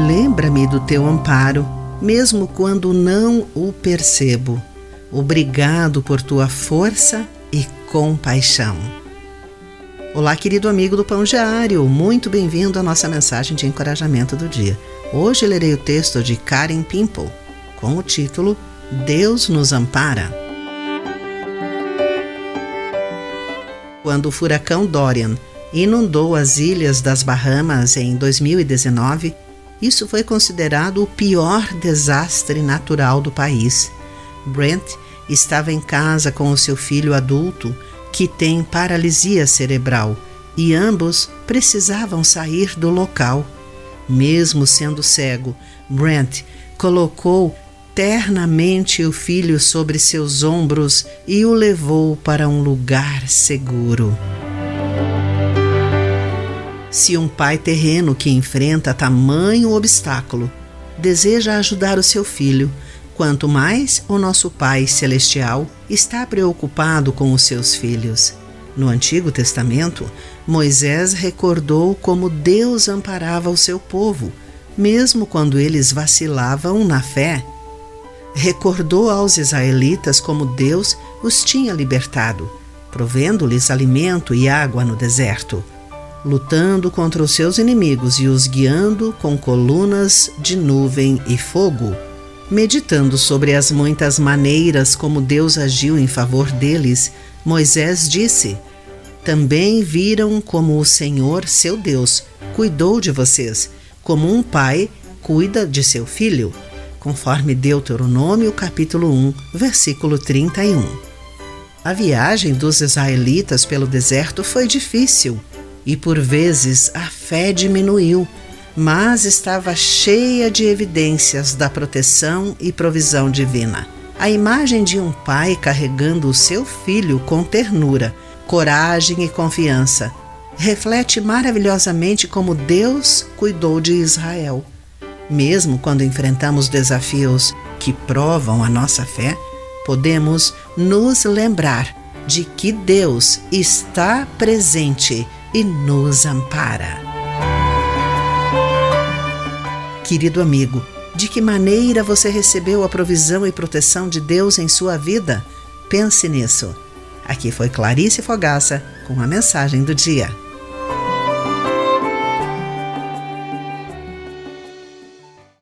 lembra-me do teu amparo, mesmo quando não o percebo. Obrigado por tua força e compaixão. Olá, querido amigo do Pão Diário, muito bem-vindo à nossa mensagem de encorajamento do dia. Hoje lerei o texto de Karen Pimple, com o título Deus nos ampara. Quando o furacão Dorian inundou as ilhas das Bahamas em 2019, isso foi considerado o pior desastre natural do país. Brent estava em casa com o seu filho adulto, que tem paralisia cerebral, e ambos precisavam sair do local. Mesmo sendo cego, Brent colocou ternamente o filho sobre seus ombros e o levou para um lugar seguro. Se um pai terreno que enfrenta tamanho obstáculo deseja ajudar o seu filho, quanto mais o nosso Pai Celestial está preocupado com os seus filhos. No Antigo Testamento, Moisés recordou como Deus amparava o seu povo, mesmo quando eles vacilavam na fé. Recordou aos israelitas como Deus os tinha libertado, provendo-lhes alimento e água no deserto, lutando contra os seus inimigos e os guiando com colunas de nuvem e fogo. Meditando sobre as muitas maneiras como Deus agiu em favor deles, Moisés disse: também viram como o Senhor, seu Deus, cuidou de vocês, como um pai cuida de seu filho, conforme Deuteronômio capítulo 1, versículo 31. A viagem dos israelitas pelo deserto foi difícil e por vezes a fé diminuiu, mas estava cheia de evidências da proteção e provisão divina. A imagem de um pai carregando o seu filho com ternura, coragem e confiança reflete maravilhosamente como Deus cuidou de Israel. Mesmo quando enfrentamos desafios que provam a nossa fé, podemos nos lembrar de que Deus está presente e nos ampara. Querido amigo, de que maneira você recebeu a provisão e proteção de Deus em sua vida? Pense nisso. Aqui foi Clarice Fogaça com a mensagem do dia.